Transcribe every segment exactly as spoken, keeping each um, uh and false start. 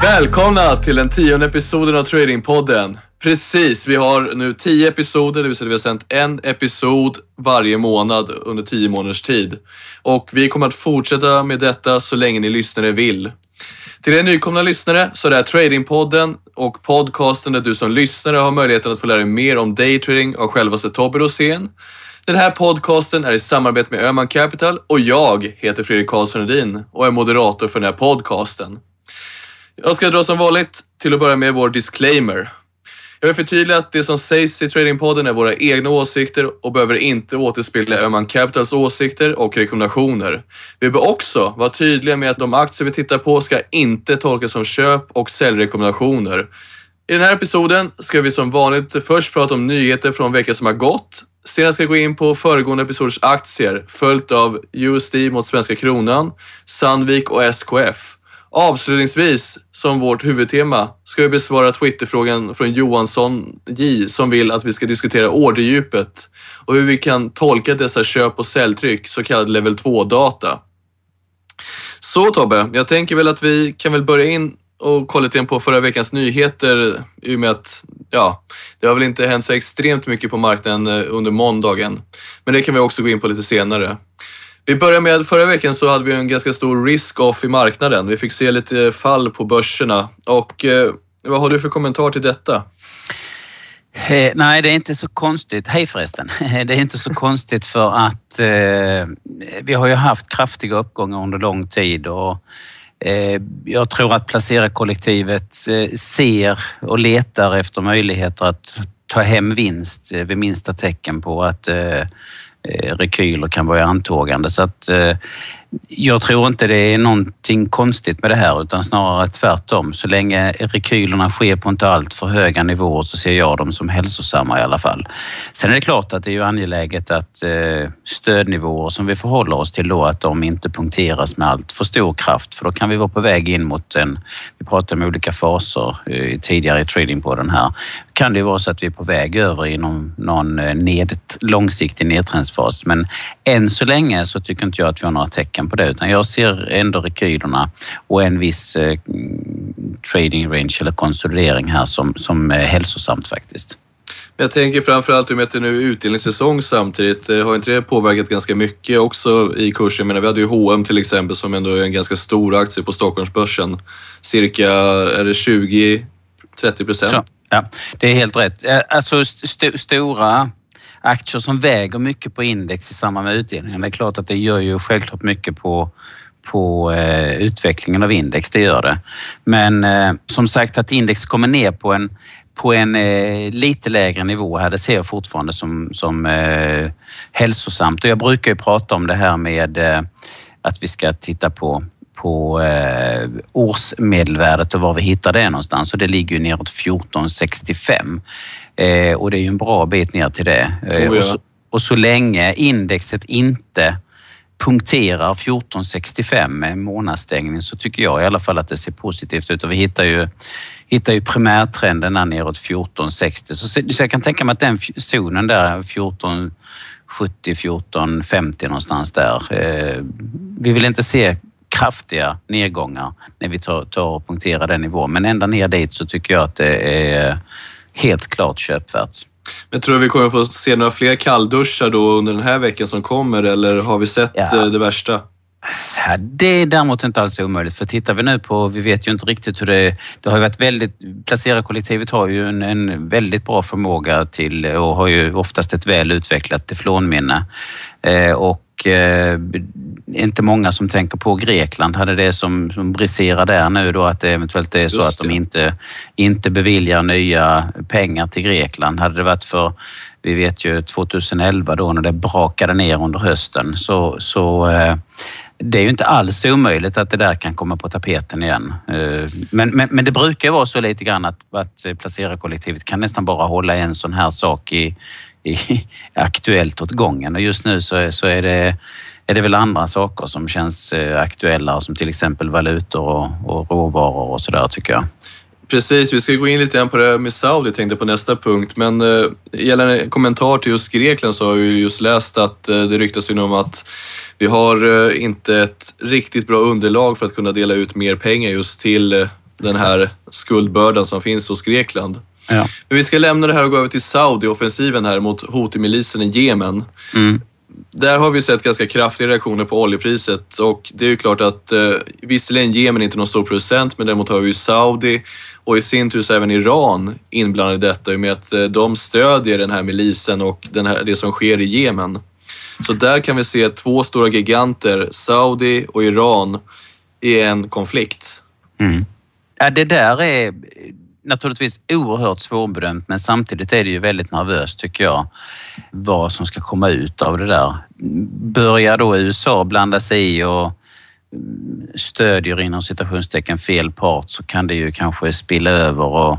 Välkomna till den tionde episoden av Tradingpodden. Precis, vi har nu tio episoder, det vill säga vi har sänt en episod varje månad under tio månaders tid. Och vi kommer att fortsätta med detta så länge ni lyssnare vill. Till er nykomna lyssnare så är det här Tradingpodden och podcasten där du som lyssnare har möjligheten att få lära dig mer om daytrading av självaste Tobbe Rosén. Den här podcasten är i samarbete med Öhman Capital och jag heter Fredrik Karlsson-Edin och är moderator för den här podcasten. Jag ska dra som vanligt till att börja med vår disclaimer. Jag vill förtydliga att det som sägs i Tradingpodden är våra egna åsikter och behöver inte återspegla Öhman Capitals åsikter och rekommendationer. Vi bör också vara tydliga med att de aktier vi tittar på ska inte tolkas som köp- och säljrekommendationer. I den här episoden ska vi som vanligt först prata om nyheter från veckan som har gått. Sedan ska jag gå in på föregående episoders aktier följt av U S D mot svenska kronan, Sandvik och S K F. Avslutningsvis, som vårt huvudtema, ska vi besvara Twitterfrågan från Johansson J som vill att vi ska diskutera orderdjupet och hur vi kan tolka dessa köp- och säljtryck, så kallad level två-data. Så Tobbe, jag tänker väl att vi kan väl börja in och kolla lite på förra veckans nyheter i och med att ja, det har väl inte hänt så extremt mycket på marknaden under måndagen. Men det kan vi också gå in på lite senare. Vi börjar med förra veckan så hade vi en ganska stor risk-off i marknaden. Vi fick se lite fall på börserna. Och eh, vad har du för kommentar till detta? Eh, nej, det är inte så konstigt. Hej förresten. Det är inte så konstigt för att eh, vi har ju haft kraftiga uppgångar under lång tid och eh, jag tror att placerarkollektivet eh, ser och letar efter möjligheter att ta hem vinst eh, vid minsta tecken på att eh, rekyler kan vara i antågande. Så att eh, jag tror inte det är någonting konstigt med det här utan snarare tvärtom. Så länge rekylerna sker på inte allt för höga nivåer så ser jag dem som hälsosamma i alla fall. Sen är det klart att det är ju angeläget att eh, stödnivåer som vi förhåller oss till då att de inte punkteras med allt för stor kraft för då kan vi vara på väg in mot en, vi pratar om olika faser eh, tidigare i trading på den här. Kan det ju vara så att vi är på väg över i någon, någon ned, långsiktig nedtrendsfas men än så länge så tycker inte jag att vi har några tecken på det utan jag ser ändå rekylerna och en viss eh, trading range eller konsolidering här som, som är hälsosamt faktiskt. Jag tänker framförallt om att det nu är utdelningssäsong samtidigt. Har inte det påverkat ganska mycket också i kursen? Men vi hade ju H och M till exempel som ändå är en ganska stor aktie på Stockholmsbörsen. Cirka är det tjugo till trettio procent. Ja, det är helt rätt. Alltså st- stora aktier som väger mycket på index i samband med utdelningen. Det är klart att det gör ju självklart mycket på, på eh, utvecklingen av index, det gör det. Men eh, som sagt att index kommer ner på en, på en eh, lite lägre nivå här, det ser jag fortfarande som, som eh, hälsosamt. Och jag brukar ju prata om det här med eh, att vi ska titta på på eh, årsmedelvärdet och var vi hittar det någonstans och det ligger ju neråt fjorton sextiofem eh, och det är ju en bra bit ner till det. Eh, oh, ja. och, så, och så länge indexet inte punkterar fjorton sextiofem med månadsstängning så tycker jag i alla fall att det ser positivt ut och vi hittar ju, hittar ju primärtrenden där neråt fjorton sextio så, så jag kan tänka mig att den zonen där fjorton sjuttio till fjorton femtio någonstans där eh, vi vill inte se kraftiga nedgångar när vi tar, tar och punkterar den nivån. Men ända ner dit så tycker jag att det är helt klart köpvärt. Jag tror vi kommer få se några fler kallduschar då under den här veckan som kommer eller har vi sett ja. det värsta? Ja, det är däremot inte alls omöjligt för tittar vi nu på, vi vet ju inte riktigt hur det, det har ju varit väldigt, placerarkollektivet har ju en, en väldigt bra förmåga till och har ju oftast ett väl utvecklat teflonminne eh, och eh, inte många som tänker på Grekland hade det som, som briserar där nu då att det eventuellt är så Just att de inte, inte beviljar nya pengar till Grekland. Hade det varit för, vi vet ju tjugoelva då när det brakade ner under hösten så, så eh, det är ju inte alls omöjligt att det där kan komma på tapeten igen. Men, men, men det brukar vara så lite grann att, att placerarkollektivet kan nästan bara hålla en sån här sak i, i aktuellt åt gången. Och just nu så, så är, det, är det väl andra saker som känns aktuella som till exempel valutor och, och råvaror och sådär tycker jag. Precis, vi ska gå in lite grann på det med Saudi, tänkte på nästa punkt. Men eh, gällande en kommentar till just Grekland så har jag just läst att eh, det ryktas ju om att vi har eh, inte ett riktigt bra underlag för att kunna dela ut mer pengar just till eh, den här skuldbördan som finns hos Grekland. Ja. Men vi ska lämna det här och gå över till Saudi-offensiven här mot Houthi-milisen i Jemen. Mm. Där har vi sett ganska kraftiga reaktioner på oljepriset och det är ju klart att eh, visserligen Jemen är inte någon stor producent, men däremot har vi ju Saudi och i sin tur så även Iran inblandade i detta i och med att eh, de stödjer den här milisen och den här, det som sker i Jemen. Så där kan vi se två stora giganter, Saudi och Iran, i en konflikt. Mm. Ja, det där är naturligtvis oerhört svårbedömt, men samtidigt är det ju väldigt nervöst tycker jag vad som ska komma ut av det där. Börjar då U S A blanda sig i och stödjer inom citationstecken fel part, så kan det ju kanske spilla över och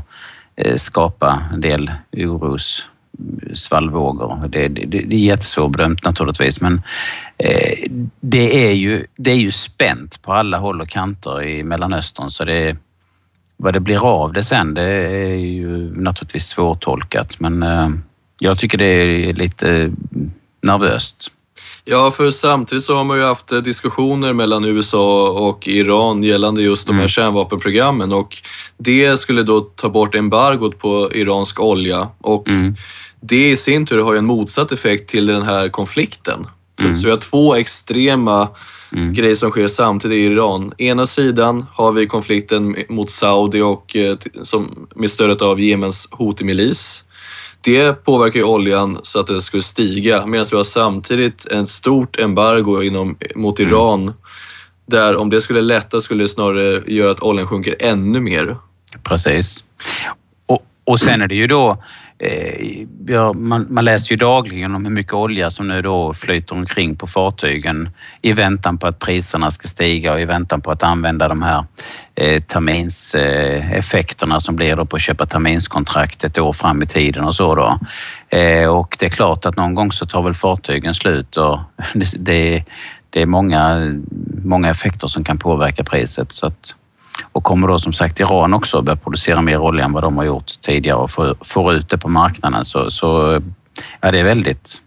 skapa en del oros svallvågor. Det, det, det är jättesvårbedömt naturligtvis, men eh, det, är ju, det är ju spänt på alla håll och kanter i Mellanöstern, så det, vad det blir av det sen, det är ju naturligtvis svårtolkat, men eh, jag tycker det är lite nervöst. Ja, för samtidigt så har man ju haft diskussioner mellan U S A och Iran gällande just de här mm. kärnvapenprogrammen, och det skulle då ta bort embargot på iransk olja, och mm. det i sin tur har ju en motsatt effekt till den här konflikten. Mm. Så vi har två extrema mm. grejer som sker samtidigt i Iran. Ena sidan har vi konflikten mot Saudi och som med stödet av Jemens Houthi-milis. Det påverkar ju oljan så att den skulle stiga, medan vi har samtidigt ett stort embargo inom, mot Iran mm. där om det skulle lätta skulle det snarare göra att oljan sjunker ännu mer. Precis. Och, och sen är det ju då, eh, ja, man, man läser ju dagligen om hur mycket olja som nu då flyter omkring på fartygen i väntan på att priserna ska stiga och i väntan på att använda de här eh, terminseffekterna eh, som blir då på att köpa terminskontrakt ett år fram i tiden och så då. Eh, och det är klart att någon gång så tar väl fartygen slut, och det, det, det är många, många effekter som kan påverka priset, så att. Och kommer då som sagt Iran också börja producera mer olja än vad de har gjort tidigare och får, får ut det på marknaden, så, så ja, det är väldigt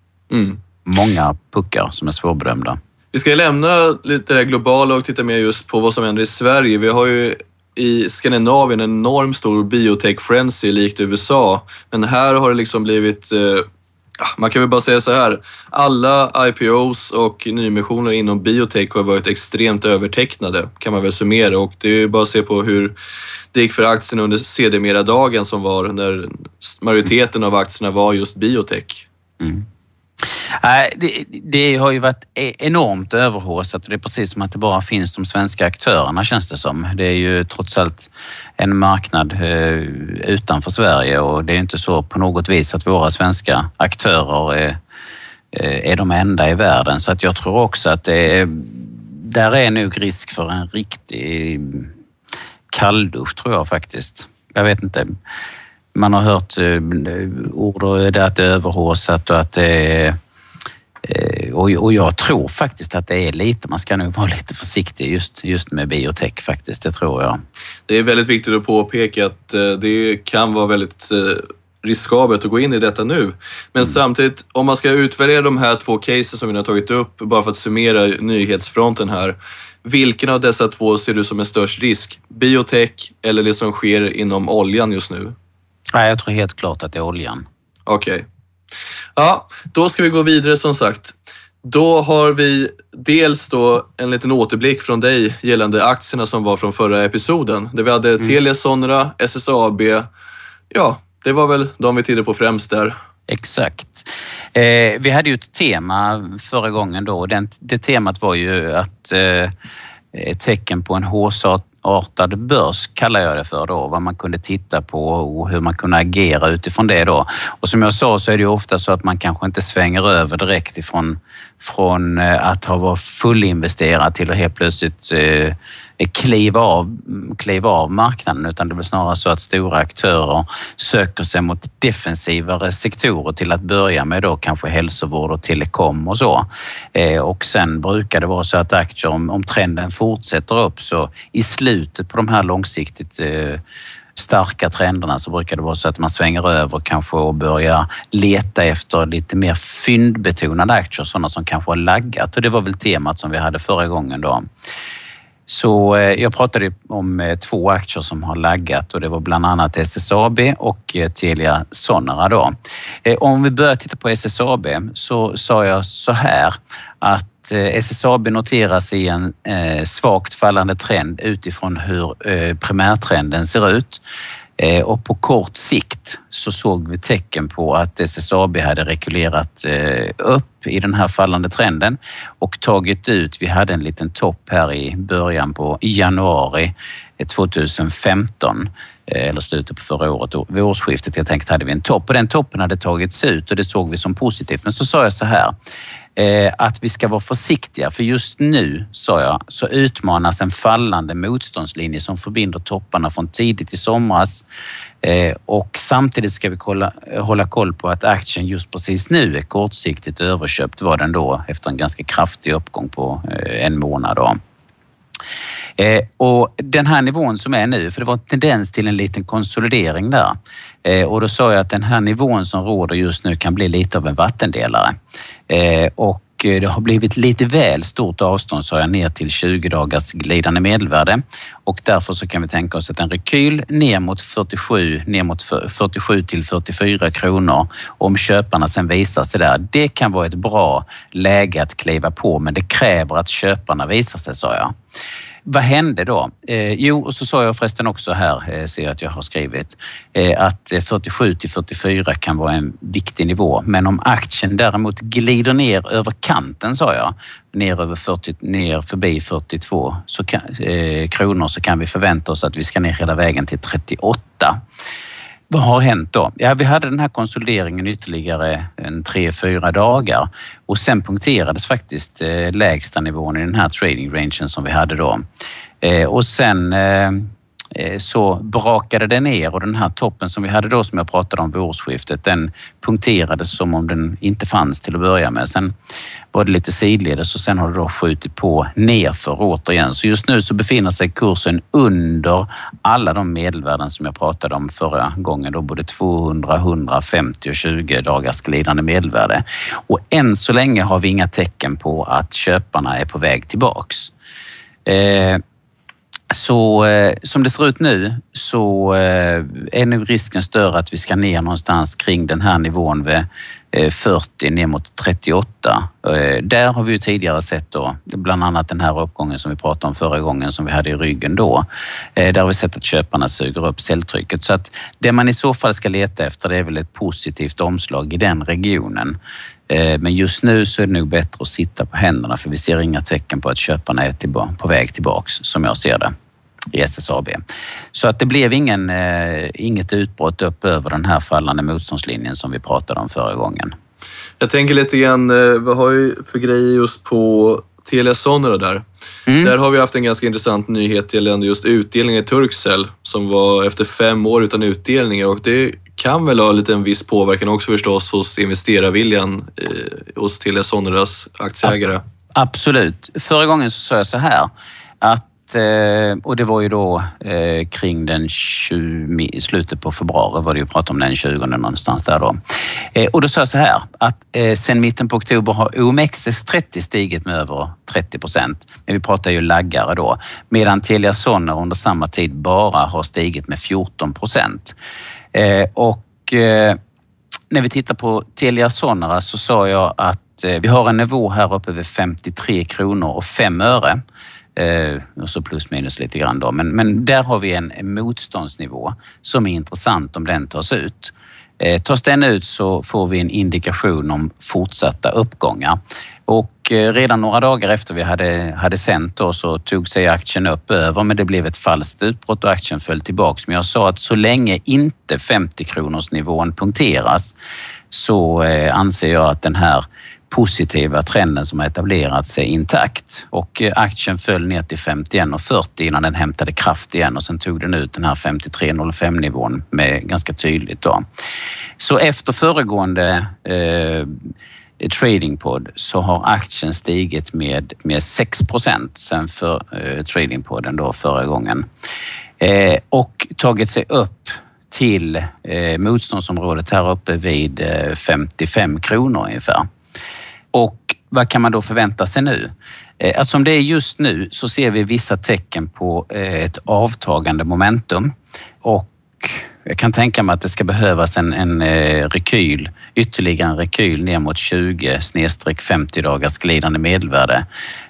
mm. många puckar som är svårbedömda. Vi ska lämna lite det globala och titta mer just på vad som händer i Sverige. Vi har ju i Skandinavien en enorm stor biotech frenzy likt U S A, men här har det liksom blivit... Eh, man kan väl bara säga så här, alla I P Os och nyemissioner inom biotech har varit extremt övertecknade, kan man väl summera, och det är ju bara att se på hur det gick för aktierna under C D Mera-dagen som var när majoriteten av aktierna var just biotech. Mm. Det, det har ju varit enormt överhåsat, och det är precis som att det bara finns de svenska aktörerna, känns det som. Det är ju trots allt en marknad utanför Sverige, och det är inte så på något vis att våra svenska aktörer är, är de enda i världen. Så att jag tror också att det är, där är nog risk för en riktig kalldusch, tror jag faktiskt. Jag vet inte. Man har hört ord och det att det är överhåsat och att det är, och jag tror faktiskt att det är lite, man ska nog vara lite försiktig just, just med biotech faktiskt, det tror jag. Det är väldigt viktigt att påpeka att det kan vara väldigt riskabelt att gå in i detta nu. Men mm. samtidigt, om man ska utvärdera de här två cases som vi har tagit upp, bara för att summera nyhetsfronten här, vilken av dessa två ser du som en störst risk? Biotech eller det som sker inom oljan just nu? Nej, jag tror helt klart att det är oljan. Okej. Okay. Ja, då ska vi gå vidare som sagt. Då har vi dels då en liten återblick från dig gällande aktierna som var från förra episoden. Där vi hade mm. Telia Sonera, S S A B. Ja, det var väl de vi tittade på främst där. Exakt. Eh, vi hade ju ett tema förra gången då. Den, det temat var ju att eh, ett tecken på en hårsartad börs kallar jag det för då, vad man kunde titta på och hur man kunde agera utifrån det då. Och som jag sa så är det ju ofta så att man kanske inte svänger över direkt ifrån från att ha varit fullinvesterad till att helt plötsligt eh, kliva, av, kliva av marknaden, utan det är väl snarare så att stora aktörer söker sig mot defensivare sektorer till att börja med då, kanske hälsovård och telekom och så. Eh, och sen brukar det vara så att aktier, om, om trenden fortsätter upp, så i slutet på de här långsiktigt eh, starka trenderna så brukar det vara så att man svänger över kanske och börjar leta efter lite mer fyndbetonade aktier, sådana som kanske har laggat, och det var väl temat som vi hade förra gången då. Så jag pratade om två aktier som har laggat och det var bland annat S S A B och Telia Sonera då. Om vi börjar titta på S S A B så sa jag så här att S S A B noteras i en svagt fallande trend utifrån hur primärtrenden ser ut. Och på kort sikt så såg vi tecken på att S S A B hade rekylerat upp i den här fallande trenden och tagit ut, vi hade en liten topp här i början på januari tjugohundrafemton eller slutet på förra året, vid årsskiftet helt enkelt hade vi en topp och den toppen hade tagits ut och det såg vi som positivt. Men så sa jag så här, att vi ska vara försiktiga för just nu, sa jag, så utmanas en fallande motståndslinje som förbinder topparna från tidigt i somras och samtidigt ska vi kolla, hålla koll på att aktien just precis nu är kortsiktigt överköpt, var den då efter en ganska kraftig uppgång på en månad då. Eh, och den här nivån som är nu, för det var en tendens till en liten konsolidering där. Eh, och då sa jag att den här nivån som råder just nu kan bli lite av en vattendelare. Eh, och det har blivit lite väl stort avstånd, sa jag, ner till tjugo dagars glidande medelvärde. Och därför så kan vi tänka oss att en rekyl ner mot fyrtiosju, ner mot fyrtiosju till fyrtiofyra kronor. Om köparna sen visar sig där, det kan vara ett bra läge att kliva på, men det kräver att köparna visar sig, sa jag. Vad hände då? Eh, jo, och så sa jag förresten också här, eh, ser jag att jag har skrivit, eh, att fyrtiosju till fyrtiofyra kan vara en viktig nivå. Men om aktien däremot glider ner över kanten, sa jag, ner, över fyrtio, ner förbi fyrtiotvå så kan, eh, kronor så kan vi förvänta oss att vi ska ner hela vägen till trettioåtta. Vad har hänt då? Ja, vi hade den här konsolideringen ytterligare en tre, fyra dagar och sen punkterades faktiskt eh, lägsta nivån i den här trading rangen som vi hade då. Eh, och sen eh, så brakade det ner och den här toppen som vi hade då som jag pratade om vid årsskiftet, den punkterades som om den inte fanns till att börja med. Sen var det lite sidledes och sen har det då skjutit på nerför återigen. Så just nu så befinner sig kursen under alla de medelvärden som jag pratade om förra gången, då både tvåhundra, hundrafemtio och tjugo dagars glidande medelvärde. Och än så länge har vi inga tecken på att köparna är på väg tillbaks. Eh, Så eh, som det ser ut nu så eh, är nu risken större att vi ska ner någonstans kring den här nivån vid eh, fyrtio ner mot trettioåtta. Eh, där har vi ju tidigare sett då, bland annat den här uppgången som vi pratade om förra gången som vi hade i ryggen då. Eh, där har vi sett att köparna suger upp säljtrycket. Så att det man i så fall ska leta efter det är väl ett positivt omslag i den regionen. Men just nu så är det nog bättre att sitta på händerna för vi ser inga tecken på att köparna är tillba- på väg tillbaks som jag ser det i S S A B. Så att det blev ingen, eh, inget utbrott upp över den här fallande motståndslinjen som vi pratade om förra gången. Jag tänker lite grann, vad har ju för grejer just på Telia Sonera där? Mm. Där har vi haft en ganska intressant nyhet gällande just utdelning i Turkcell som var efter fem år utan utdelning och det kan väl ha lite en viss påverkan också förstås hos investerarviljan eh, hos Telia Soneras aktieägare. Absolut. Förra gången så sa jag så här att, eh, och det var ju då eh, kring den tjugo, slutet på februari var det ju prat om den tjugonde någonstans där då. Eh, och då sa jag så här att eh, sen mitten på oktober har O M X S trettio stigit med över trettio procent. Men vi pratar ju laggare då. Medan Telia Sonera under samma tid bara har stigit med fjorton procent. Eh, och eh, när vi tittar på Telia Sonera så sa jag att eh, vi har en nivå här uppe vid femtiotre kronor och fem öre. Eh, och så plus minus lite grann då. Men, men där har vi en, en motståndsnivå som är intressant om den tas ut. Eh, tas den ut så får vi en indikation om fortsatta uppgångar. Och eh, redan några dagar efter vi hade, hade sänt då så tog sig aktien upp över men det blev ett falskt utbrott och aktien föll tillbaks. Men jag sa att så länge inte femtio kronors nivån punkteras så eh, anser jag att den här positiva trenden som har etablerats är intakt. Och eh, aktien föll ner till femtioen och fyrtio innan den hämtade kraft igen och sen tog den ut den här femtiotre noll fem nivån med ganska tydligt då. Så efter föregående eh, tradingpodd så har aktien stigit med, med sex procent sen för eh, tradingpodden då förra gången. Eh, och tagit sig upp till eh, motståndsområdet här uppe vid eh, femtiofem kronor ungefär. Och vad kan man då förvänta sig nu? Alltså som det är just nu så ser vi vissa tecken på ett avtagande momentum och jag kan tänka mig att det ska behövas en, en rekyl, ytterligare en rekyl ner mot tjugo femtio dagars glidande medelvärde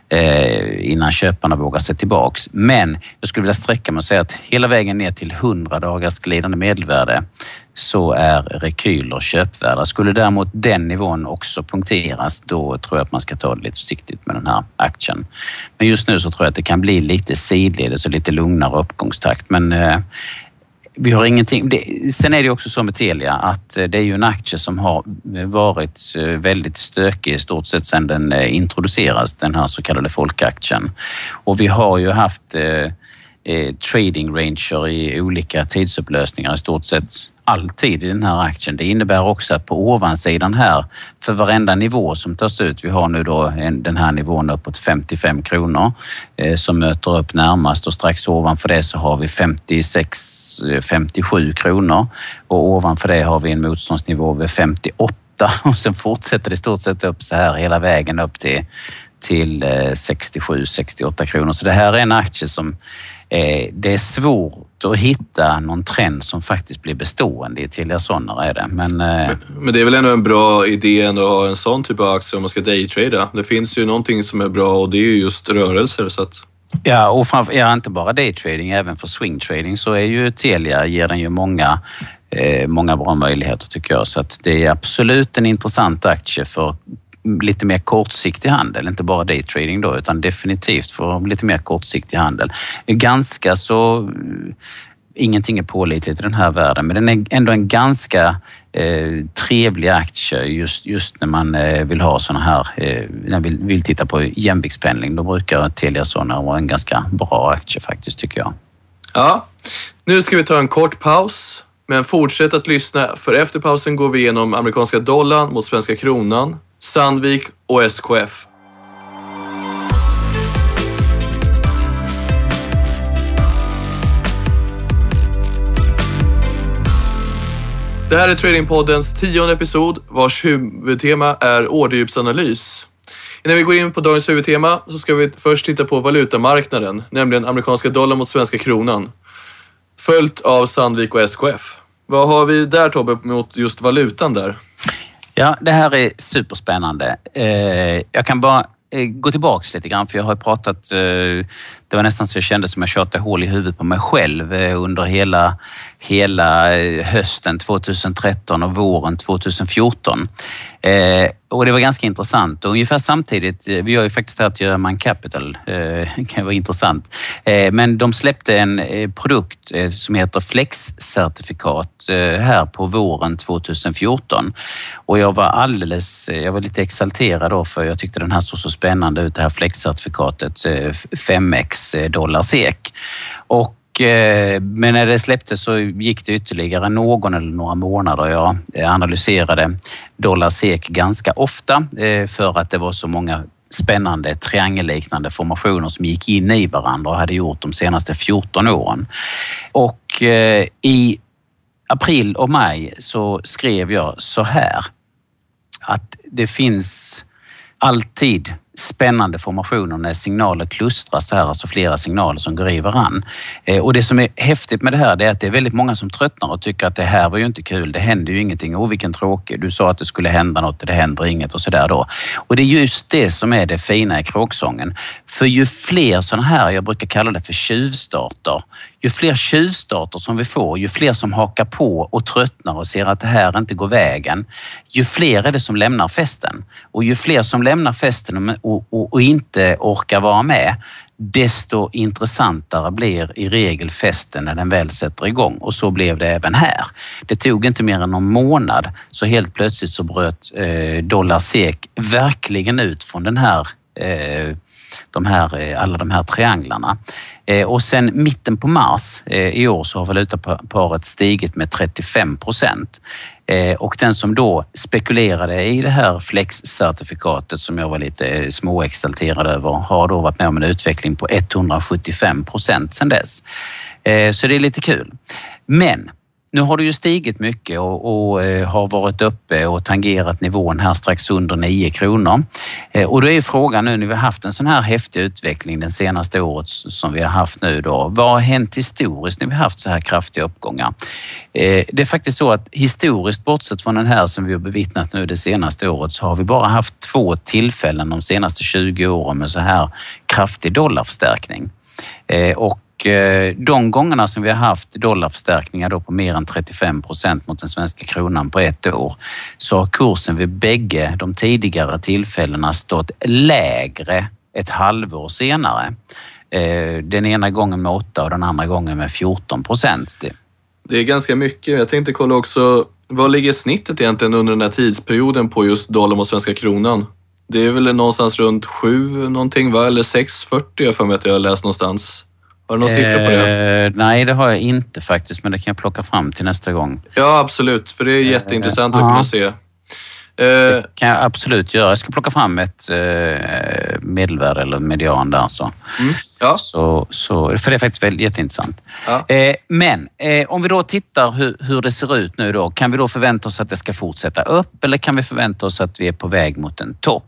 eh, innan köparna vågar sig tillbaks. Men jag skulle vilja sträcka mig och säga att hela vägen ner till hundra dagars glidande medelvärde så är rekyler köpvärda. Skulle däremot den nivån också punkteras, då tror jag att man ska ta det lite försiktigt med den här aktien. Men just nu så tror jag att det kan bli lite sidledes och lite lugnare uppgångstakt. Men eh, vi har ingenting. Det, sen är det också så med Telia att det är ju en aktie som har varit väldigt stökig i stort sett sedan den introduceras, den här så kallade folkaktien. Och vi har ju haft eh, trading ranger i olika tidsupplösningar i stort sett alltid i den här aktien. Det innebär också att på ovansidan här, för varenda nivå som tas ut, vi har nu då en, den här nivån uppåt femtiofem kronor eh, som möter upp närmast och strax ovanför det så har vi femtiosex femtiosju kronor och ovanför det har vi en motståndsnivå vid femtioåtta och sen fortsätter det i stort sett upp så här hela vägen upp till, till eh, sextiosju sextioåtta kronor. Så det här är en aktie som eh, det är svårt att hitta någon trend som faktiskt blir bestående i Telia Sonera är det. Men, eh... men, men det är väl ändå en bra idé att ha en sån typ av aktie om man ska daytrada. Det finns ju någonting som är bra och det är ju just rörelser så att... Ja, och framför, ja, inte bara daytrading, även för swingtrading så är ju Telia, ger den ju många, eh, många bra möjligheter tycker jag. Så att det är absolut en intressant aktie för lite mer kortsiktig handel, inte bara daytrading då, utan definitivt för lite mer kortsiktig handel. Ganska så, ingenting är pålitligt i den här världen, men den är ändå en ganska eh, trevlig aktie just, just när man eh, vill ha såna här, eh, när man vill, vill titta på jämviktspendling. Då brukar Telia Sonera vara en ganska bra aktie faktiskt tycker jag. Ja, nu ska vi ta en kort paus. Men fortsätt att lyssna, för efter pausen går vi igenom amerikanska dollarn mot svenska kronan, Sandvik och S K F. Det här är Tradingpoddens tionde episod vars huvudtema är orderdjupsanalys. Innan vi går in på dagens huvudtema så ska vi först titta på valutamarknaden, nämligen amerikanska dollarn mot svenska kronan. Följt av Sandvik och S K F. Vad har vi där Tobbe mot just valutan där? Ja, det här är superspännande. Jag kan bara gå tillbaks lite grann för jag har pratat, det var nästan så jag kände som jag tjatade hål i huvudet på mig själv under hela, hela hösten tjugohundratretton och våren tjugohundrafjorton. Och det var ganska intressant och ungefär samtidigt, vi har ju faktiskt här till German Capital, det kan vara intressant, men de släppte en produkt som heter Flex-certifikat här på våren tjugohundrafjorton och jag var alldeles, jag var lite exalterad då för jag tyckte den här såg så spännande ut, det här Flex-certifikatet fem x dollar sek. Och men när det släpptes så gick det ytterligare någon eller några månader. Jag analyserade dollar sek ganska ofta för att det var så många spännande triangelliknande formationer som gick in i varandra och hade gjort de senaste fjorton åren. Och i april och maj så skrev jag så här att det finns alltid spännande formationer när signaler klustras så här, alltså flera signaler som går i varann. Och det som är häftigt med det här är att det är väldigt många som tröttnar och tycker att det här var ju inte kul, det händer ju ingenting, åh vilken tråkig, du sa att det skulle hända något och det händer inget och sådär då. Och det är just det som är det fina i kråksången. För ju fler sådana här, jag brukar kalla det för tjuvstarter, ju fler tjuvstarter som vi får, ju fler som hakar på och tröttnar och ser att det här inte går vägen, ju fler är det som lämnar festen. Och ju fler som lämnar festen och, och, och inte orkar vara med, desto intressantare blir i regel festen när den väl sätter igång. Och så blev det även här. Det tog inte mer än någon månad så helt plötsligt så bröt eh, dollar sek verkligen ut från den här eh, de här, alla de här trianglarna. Och sen mitten på mars i år så har valutaparet stigit med trettiofem procent. Och den som då spekulerade i det här Flex-certifikatet som jag var lite småexalterad över har då varit med om en utveckling på etthundrasjuttiofem procent sedan dess. Så det är lite kul. Men nu har det ju stigit mycket och, och eh, har varit uppe och tangerat nivån här strax under nio kronor. Eh, och då är frågan nu när vi har haft en sån här häftig utveckling den senaste året som vi har haft nu då. Vad har hänt historiskt när vi har haft så här kraftiga uppgångar? Eh, det är faktiskt så att historiskt, bortsett från den här som vi har bevittnat nu det senaste året, så har vi bara haft två tillfällen de senaste tjugo åren med så här kraftig dollarförstärkning. Eh, och de gångerna som vi har haft dollarförstärkningar då på mer än trettiofem procent mot den svenska kronan på ett år, så har kursen vid bägge de tidigare tillfällena stått lägre ett halvår senare. Den ena gången med åtta och den andra gången med fjorton procent. Det är ganska mycket. Jag tänkte kolla också, vad ligger snittet egentligen under den här tidsperioden på just dollar mot svenska kronan? Det är väl någonstans runt sju någonting, va? Eller sex fyrtio, jag för mig att jag har läst någonstans. Har du någon siffra på det? Eh, nej, det har jag inte faktiskt, men det kan jag plocka fram till nästa gång. Ja, absolut. För det är jätteintressant eh, att kunna se. Eh, det kan jag absolut göra. Jag ska plocka fram ett eh, medelvärde eller median där. Så. Mm, ja. Så, så, för det är faktiskt väldigt jätteintressant. Ja. Eh, men eh, om vi då tittar hur, hur det ser ut nu då. Kan vi då förvänta oss att det ska fortsätta upp eller kan vi förvänta oss att vi är på väg mot en topp?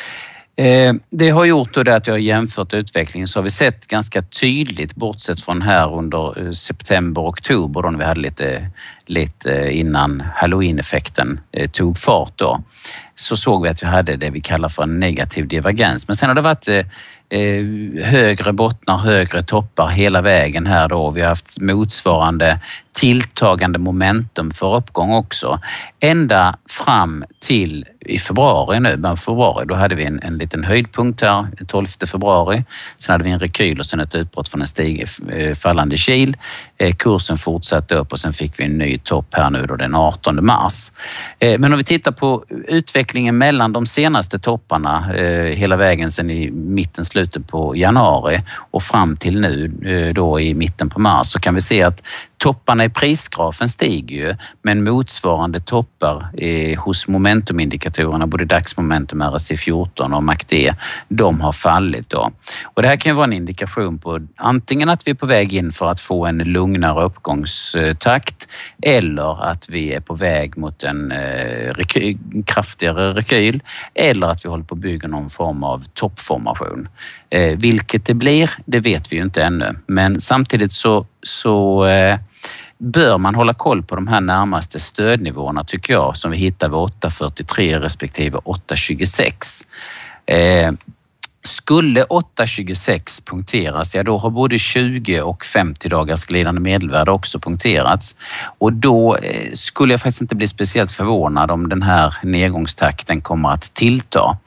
Eh, det har gjort då det att jag har jämfört utvecklingen, så har vi sett ganska tydligt, bortsett från här under september och oktober då när vi hade lite, lite innan Halloween-effekten eh, tog fart då, så såg vi att vi hade det vi kallar för en negativ divergens. Men sen har det varit eh, högre bottnar, högre toppar hela vägen här då. Vi har haft motsvarande tilltagande momentum för uppgång också. Ända fram till i februari nu, men februari, då hade vi en, en liten höjdpunkt här, tolfte februari. Sen hade vi en rekyl och sen ett utbrott från en stig, fallande kil. Kursen fortsatte upp och sen fick vi en ny topp här nu då den artonde mars. Men om vi tittar på utvecklingen mellan de senaste topparna hela vägen sedan i mitten, slutet på januari och fram till nu då i mitten på mars, så kan vi se att topparna i prisgrafen stiger ju, men motsvarande toppar eh, hos momentumindikatorerna, både dagsmomentum, R S I fjorton och M A C D, de har fallit då. Och det här kan ju vara en indikation på antingen att vi är på väg in för att få en lugnare uppgångstakt eller att vi är på väg mot en eh, reky, kraftigare rekyl eller att vi håller på att bygga någon form av toppformation. Eh, vilket det blir, det vet vi ju inte ännu, men samtidigt så, så eh, bör man hålla koll på de här närmaste stödnivåerna, tycker jag, som vi hittar vid åtta fyrtiotre respektive åtta tjugosex. Eh, skulle åtta tjugosex punkteras, ja då har både tjugo och femtio dagars glidande medelvärde också punkterats. Och då eh, skulle jag faktiskt inte bli speciellt förvånad om den här nedgångstakten kommer att tillta.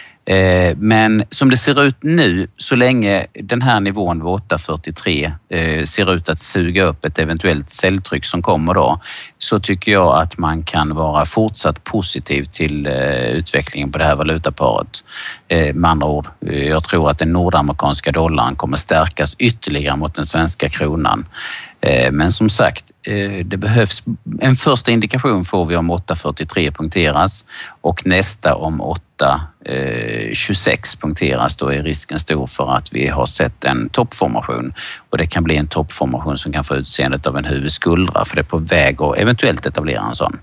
Men som det ser ut nu, så länge den här nivån vid åtta fyrtiotre ser ut att suga upp ett eventuellt säljtryck som kommer då, så tycker jag att man kan vara fortsatt positiv till utvecklingen på det här valutaparet. Med andra ord, jag tror att den nordamerikanska dollarn kommer stärkas ytterligare mot den svenska kronan. Men som sagt, det behövs en första indikation får vi om åtta fyrtiotre punkteras och nästa om åtta tjugosex punkteras. Då är risken stor för att vi har sett en toppformation, och det kan bli en toppformation som kan få utseendet av en huvudskuldra, för det är på väg att eventuellt etablera en sån.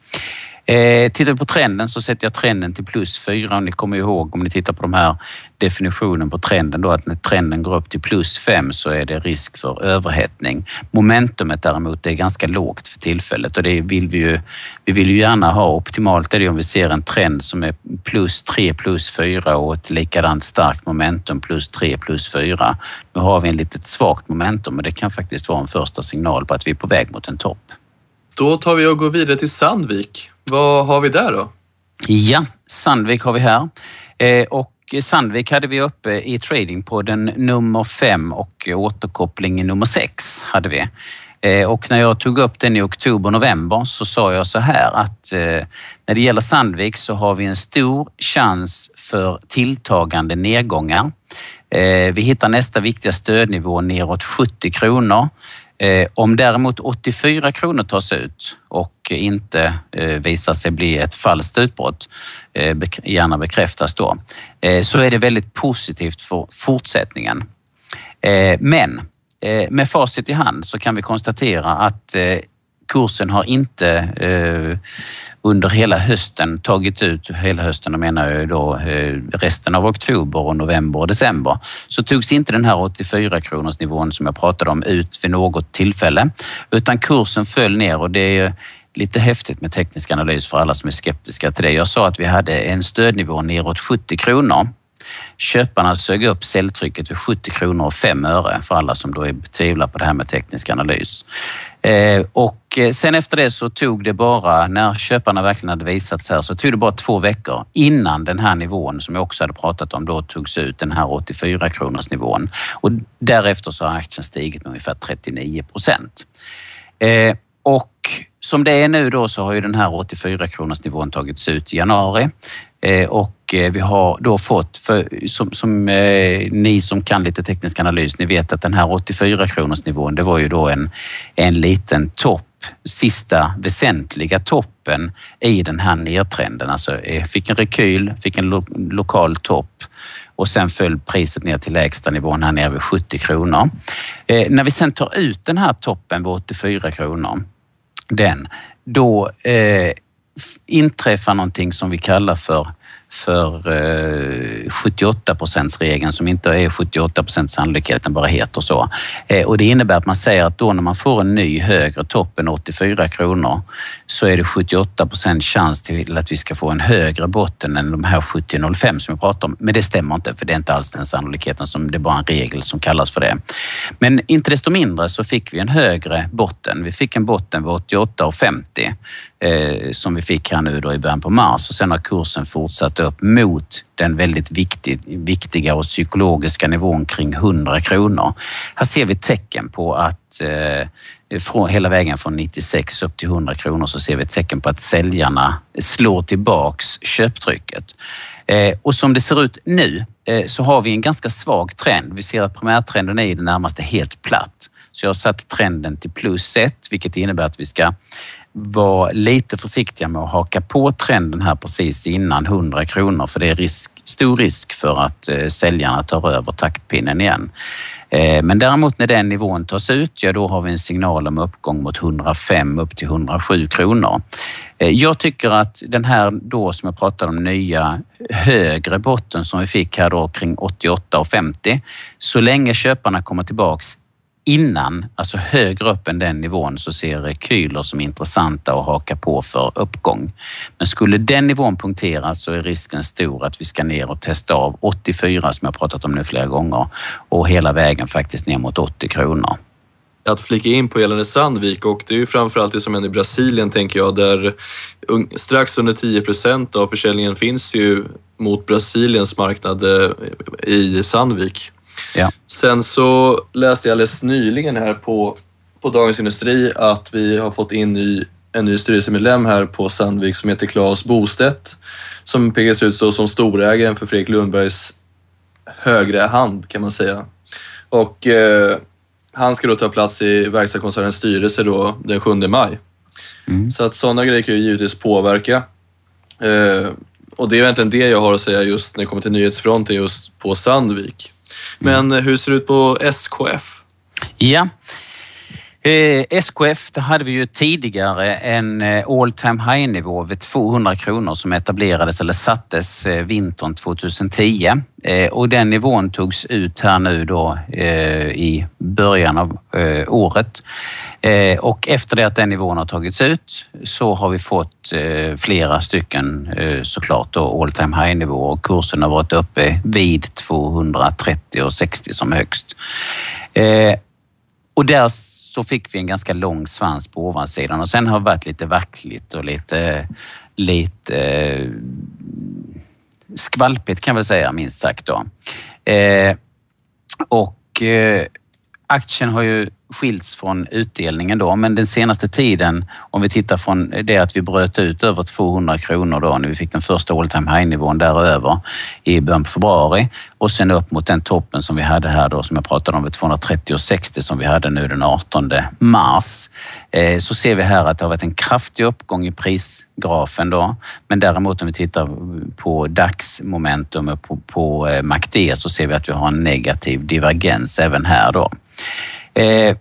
Eh, tittar vi på trenden så sätter jag trenden till plus fyra. Om ni kommer ihåg, om ni tittar på de här definitionen på trenden då, att när trenden går upp till plus fem så är det risk för överhettning. Momentumet däremot är ganska lågt för tillfället, och det vill vi ju, vi vill ju gärna ha. Optimalt är det om vi ser en trend som är plus tre, plus fyra och ett likadant starkt momentum plus tre, plus fyra. Nu har vi en litet svagt momentum, men det kan faktiskt vara en första signal på att vi är på väg mot en topp. Då tar vi och går vidare till Sandvik. Vad har vi där då? Ja, Sandvik har vi här. Eh, och Sandvik hade vi uppe i tradingpodden nummer fem och återkoppling nummer sex hade vi. Eh, och när jag tog upp den i oktober-november så sa jag så här att eh, när det gäller Sandvik så har vi en stor chans för tilltagande nedgångar. Eh, vi hittar nästa viktiga stödnivå neråt sjuttio kronor. Eh, om däremot åttiofyra kronor tas ut och inte eh, visar sig bli ett falskt utbrott, eh, bek- gärna bekräftas då, eh, så är det väldigt positivt för fortsättningen. Eh, men eh, med facit i hand så kan vi konstatera att eh, kursen har inte eh, under hela hösten tagit ut, hela hösten, jag menar jag då eh, resten av oktober och november och december, så togs inte den här åttiofyra kronors nivån som jag pratade om ut vid något tillfälle, utan kursen föll ner, och det är lite häftigt med teknisk analys för alla som är skeptiska till det. Jag sa att vi hade en stödnivå neråt sjuttio kronor. Köparna sög upp säljtrycket vid sjuttio kronor och fem öre för alla som då är betvivlar på det här med teknisk analys. Eh, och sen efter det så tog det bara, när köparna verkligen hade visat sig här, så tog det bara två veckor innan den här nivån som jag också hade pratat om då togs ut, den här åttiofyra kronors nivån. Och därefter så har aktien stigit med ungefär trettionio procent. Eh, och som det är nu då så har ju den här åttiofyra kronors nivån tagits ut i januari. Eh, och eh, vi har då fått, för, som, som eh, ni som kan lite teknisk analys, ni vet att den här åttiofyra kronors nivån, det var ju då en, en liten topp, sista väsentliga toppen i den här nedtrenden. Alltså eh, fick en rekyl, fick en lo, lokal topp och sen föll priset ner till lägsta nivån här nere vid sjuttio kronor. Eh, när vi sen tar ut den här toppen på åttiofyra kronor, den, då eh, inträffar någonting som vi kallar för, för eh, sjuttioåtta procent-regeln, som inte är sjuttioåtta procent sannolikhet, den bara heter så. Eh, och det innebär att man säger att då när man får en ny högre topp än åttiofyra kronor så är det sjuttioåtta procent chans till att vi ska få en högre botten än de här sjuttio komma noll fem som vi pratar om. Men det stämmer inte, för det är inte alls den sannolikheten, som det är bara en regel som kallas för det. Men inte desto mindre så fick vi en högre botten. Vi fick en botten vid åttioåtta komma femtio eh, som vi fick här nu då i början på mars, och sen har kursen fortsatt upp mot den väldigt viktig, viktiga och psykologiska nivån kring hundra kronor. Här ser vi tecken på att eh, från, hela vägen från nittiosex upp till hundra kronor så ser vi tecken på att säljarna slår tillbaks köptrycket. Eh, och som det ser ut nu eh, så har vi en ganska svag trend. Vi ser att primärtrenden är i det närmaste helt platt. Så jag har satt trenden till plus ett, vilket innebär att vi ska vara lite försiktiga med att haka på trenden här precis innan hundra kronor, för det är risk, stor risk för att eh, säljarna tar över taktpinnen igen. Eh, men däremot när den nivån tas ut, ja då har vi en signal om uppgång mot hundrafem upp till hundrasju kronor. Eh, jag tycker att den här då som jag pratade om, nya högre botten som vi fick här då kring åttioåtta komma femtio, så länge köparna kommer tillbaks innan, alltså högre upp än den nivån, så ser rekyler som intressanta att haka på för uppgång. Men skulle den nivån punkteras så är risken stor att vi ska ner och testa av åttiofyra som jag pratat om nu flera gånger, och hela vägen faktiskt ner mot åttio kronor. Att flika in på gällande Sandvik, och det är ju framförallt det som händer i Brasilien tänker jag, där strax under tio procent av försäljningen finns ju mot Brasiliens marknad i Sandvik. Ja. Sen så läste jag alldeles nyligen här på, på Dagens Industri att vi har fått in ny, en ny styrelsemedlem här på Sandvik som heter Claes Bostedt, som pekas ut så som storägaren för Fredrik Lundbergs högra hand kan man säga. Och eh, han ska då ta plats i verkstadskoncernens styrelse då den sjunde maj. Mm. Så att sådana grejer kan ju givetvis påverka. Eh, och det är egentligen det jag har att säga just när det kommer till nyhetsfronten just på Sandvik. Men hur ser det ut på S K F? Ja, eh, S K F, det hade vi ju tidigare en all time high nivå vid tvåhundra kronor som etablerades eller sattes eh, vintern tjugohundratio. Eh, och den nivån togs ut här nu då eh, i början av eh, året. Eh, och efter det att den nivån har tagits ut så har vi fått eh, flera stycken eh, såklart då all time high nivå, och kursen har varit uppe vid tvåhundratrettio och sextio som högst. Eh, och där så fick vi en ganska lång svans på ovansidan, och sen har det varit lite vackligt och lite, lite eh, skvalpigt kan vi säga minst sagt då. Eh, och eh, aktien har ju skilts från utdelningen då, men den senaste tiden, om vi tittar från det att vi bröt ut över tvåhundra kronor då, när vi fick den första all time high nivån däröver i början på februari, och sen upp mot den toppen som vi hade här då, som jag pratade om vid tvåhundratrettio och sextio som vi hade nu den artonde mars, eh, så ser vi här att det har varit en kraftig uppgång i prisgrafen då, men däremot om vi tittar på dagsmomentum på, på eh, M A C D så ser vi att vi har en negativ divergens även här då. Eh,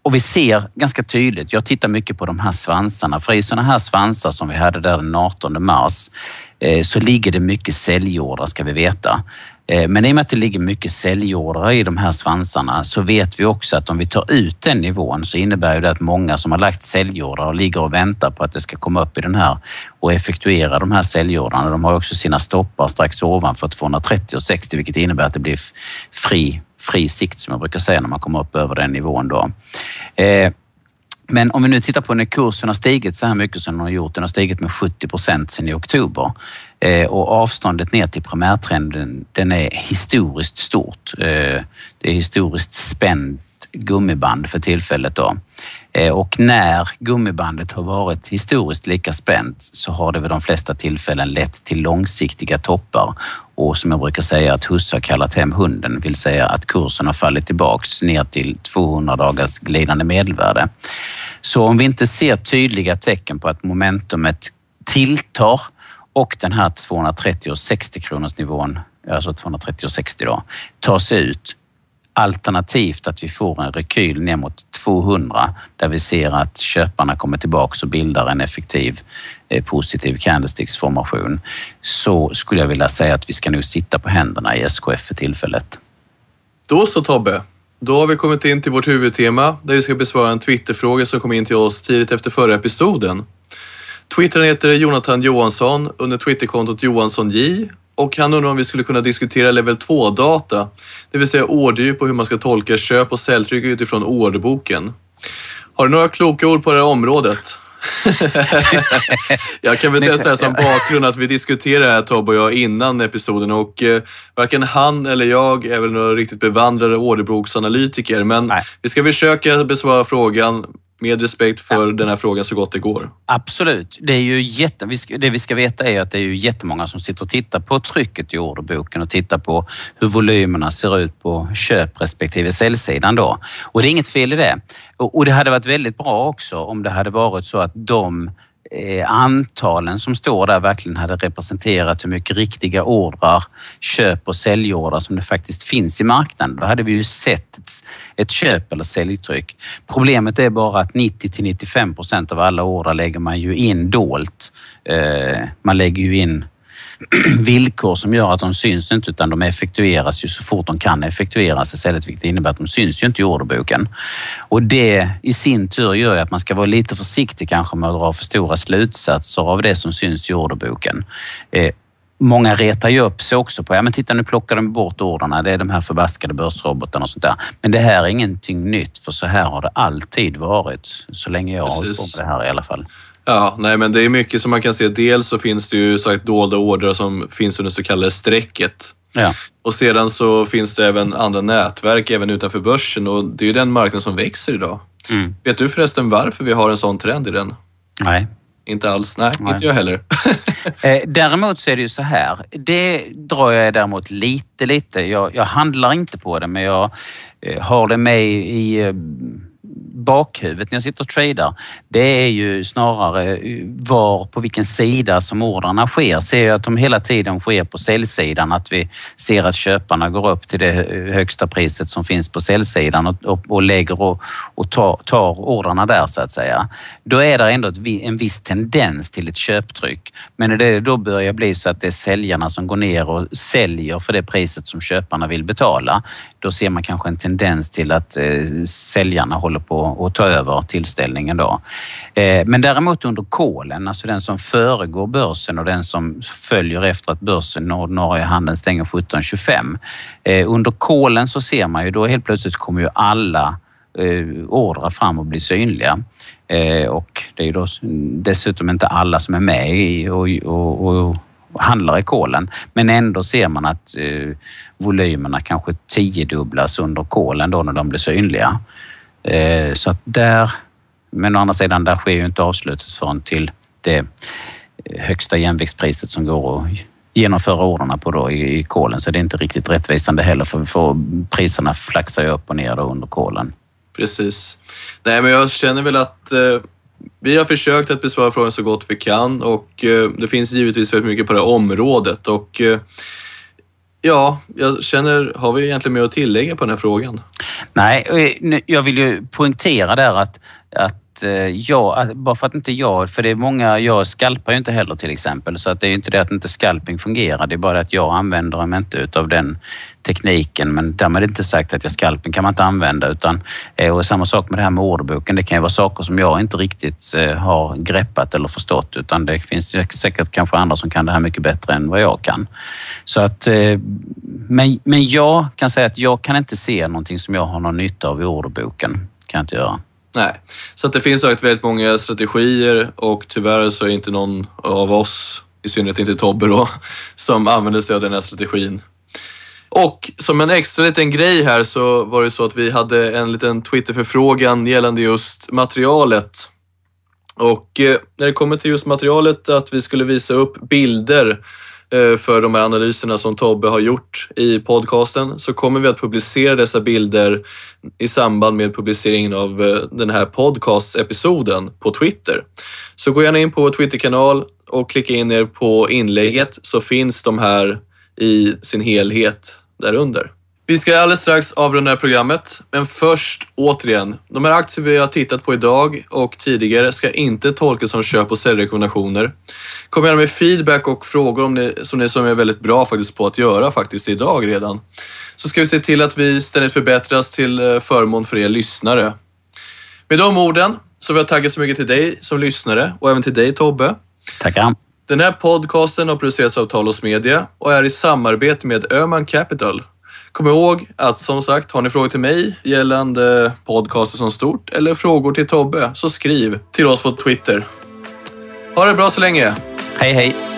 Och vi ser ganska tydligt, jag tittar mycket på de här svansarna, för i sådana här svansar som vi hade där den artonde mars så ligger det mycket säljordrar, ska vi veta. Men i och med att det ligger mycket säljordrar i de här svansarna så vet vi också att om vi tar ut den nivån så innebär det att många som har lagt säljordrar och ligger och väntar på att det ska komma upp i den här och effektuera de här säljordrarna. De har också sina stoppar strax ovanför tvåhundratrettio och sextio, vilket innebär att det blir fri, fri sikt som jag brukar säga när man kommer upp över den nivån då. Eh, Men om vi nu tittar på när kursen har stigit så här mycket som den har gjort, den har stigit med sjuttio procent sedan i oktober eh, och avståndet ner till primärtrenden, den är historiskt stort. Eh, det är historiskt spänt gummiband för tillfället då. Eh, och när gummibandet har varit historiskt lika spänt så har det vid de flesta tillfällen lett till långsiktiga toppar. Och som jag brukar säga att husse har kallat hem hunden, vill säga att kursen har fallit tillbaks ner till tvåhundra dagars glidande medelvärde. Så om vi inte ser tydliga tecken på att momentumet tilltar och den här tvåhundratrettio och sextio kronors nivån, alltså tvåhundratrettio och sextio då, tar sig ut, alternativt att vi får en rekyl ner mot tvåhundra där vi ser att köparna kommer tillbaka och bildar en effektiv eh, positiv candlesticks-formation, så skulle jag vilja säga att vi ska nu sitta på händerna i S K F för tillfället. Då så Tobbe, då har vi kommit in till vårt huvudtema där vi ska besvara en Twitterfråga som kom in till oss tidigt efter förra episoden. Twittern heter Jonathan Johansson under Twitterkontot Johansson J. Och han undrar om vi skulle kunna diskutera level två-data, det vill säga orderdjup och hur man ska tolka köp- och säljtryck utifrån orderboken. Har du några kloka ord på det här området? Jag kan väl säga så här som bakgrund att vi diskuterade här, Tobbe och jag, innan episoden och eh, varken han eller jag är väl några riktigt bevandrade orderboksanalytiker, men Nej. vi ska försöka besvara frågan med respekt för ja. den här frågan så gott det går. Absolut. Det är ju jätte, det vi ska veta är att det är ju jättemånga som sitter och tittar på trycket i orderboken och tittar på hur volymerna ser ut på köp respektive säljsidan då. Och det är inget fel i det. Och det hade varit väldigt bra också om det hade varit så att de eh, antalen som står där verkligen hade representerat hur mycket riktiga ordrar, köp- och säljordrar som det faktiskt finns i marknaden. Då hade vi ju sett ett, ett köp- eller säljtryck. Problemet är bara att nittio till nittiofem procent av alla ordrar lägger man ju in dolt. Eh, man lägger ju in villkor som gör att de syns inte, utan de effektueras ju så fort de kan effektueras istället, vilket innebär att de syns ju inte i orderboken. Och det i sin tur gör ju att man ska vara lite försiktig kanske med att dra för stora slutsatser av det som syns i orderboken. Eh, Många retar ju upp sig också på, ja men titta nu plockar de bort orderna, det är de här förbaskade börsrobotarna och sånt där. Men det här är ingenting nytt, för så här har det alltid varit, så länge jag har hållit på med det här i alla fall. Ja, nej men det är mycket som man kan se. Dels så finns det ju sagt dolda ordrar som finns under så kallade strecket. Ja. Och sedan så finns det även andra nätverk även utanför börsen och det är ju den marknaden som växer idag. Mm. Vet du förresten varför vi har en sån trend i den? Nej. Inte alls, nej, nej. Inte jag heller. Däremot så är det ju så här, det drar jag däremot lite, lite. Jag, jag handlar inte på det, men jag har det med i bakhuvudet när jag sitter och tradar. Det är ju snarare var på vilken sida som ordrarna sker. Ser jag att de hela tiden sker på säljsidan, att vi ser att köparna går upp till det högsta priset som finns på säljsidan och, och, och lägger och, och tar, tar ordrarna där så att säga. Då är det ändå ett, en viss tendens till ett köptryck. Men när det då börjar bli så att det är säljarna som går ner och säljer för det priset som köparna vill betala, då ser man kanske en tendens till att eh, säljarna håller på att ta över tillställningen då. Eh, men däremot under kolen, alltså den som föregår börsen och den som följer efter att börsen och ordinarie handeln stänger sjutton tjugofem. Eh, under kolen så ser man ju då helt plötsligt kommer ju alla eh, ordrar fram och blir synliga. Eh, och det är ju då dessutom inte alla som är med i och, och, och handlar i kolen, men ändå ser man att eh, volymerna kanske tiodubblas under kolen då när de blir synliga. Eh, så att där, men å andra sidan, där sker ju inte avslutet förrän till det högsta jämviktspriset som går att genomföra orderna på då i, i kolen, så det är inte riktigt rättvisande heller, för, för priserna flaxar ju upp och ner då under kolen. Precis. Nej, men jag känner väl att eh... vi har försökt att besvara frågan så gott vi kan och eh, det finns givetvis väldigt mycket på det här området och eh, Ja, jag känner, har vi egentligen mer att tillägga på den här frågan? Nej, jag vill ju poängtera där att, att jag, bara för att inte jag, för det är många, jag skalpar ju inte heller till exempel, så att det är ju inte det att inte scalping fungerar, det är bara att jag använder mig inte utav den tekniken, men därmed är det inte sagt att jag scalping kan man inte använda, utan och samma sak med det här med orderboken, det kan ju vara saker som jag inte riktigt har greppat eller förstått, utan det finns säkert kanske andra som kan det här mycket bättre än vad jag kan. Så att, men, men jag kan säga att jag kan inte se någonting som jag har någon nytta av i orderboken, kan jag inte göra. Nej, så att det finns säkert väldigt många strategier och tyvärr så är inte någon av oss, i synnerhet inte Tobbe då, som använder sig av den här strategin. Och som en extra liten grej här så var det så att vi hade en liten Twitter-förfrågan gällande just materialet. Och eh, när det kommer till just materialet att vi skulle visa upp bilder eh, för de här analyserna som Tobbe har gjort i podcasten, så kommer vi att publicera dessa bilder i samband med publiceringen av eh, den här podcast-episoden på Twitter. Så gå gärna in på vår Twitter-kanal och klicka in er på inlägget, så finns de här i sin helhet därunder. Vi ska alldeles strax avrunda det här programmet, men först återigen, de här aktier vi har tittat på idag och tidigare ska inte tolkas som köp- och säljrekommendationer. Kom gärna med feedback och frågor om ni, som ni som är väldigt bra faktiskt på att göra faktiskt idag redan. Så ska vi se till att vi ständigt förbättras till förmån för er lyssnare. Med de orden så vill jag tacka så mycket till dig som lyssnare och även till dig Tobbe. Tackar. Den här podcasten har producerats av Talos Media och är i samarbete med Öhman Capital. Kom ihåg att som sagt, har ni frågor till mig gällande podcasten som stort eller frågor till Tobbe, så skriv till oss på Twitter. Ha det bra så länge. Hej hej.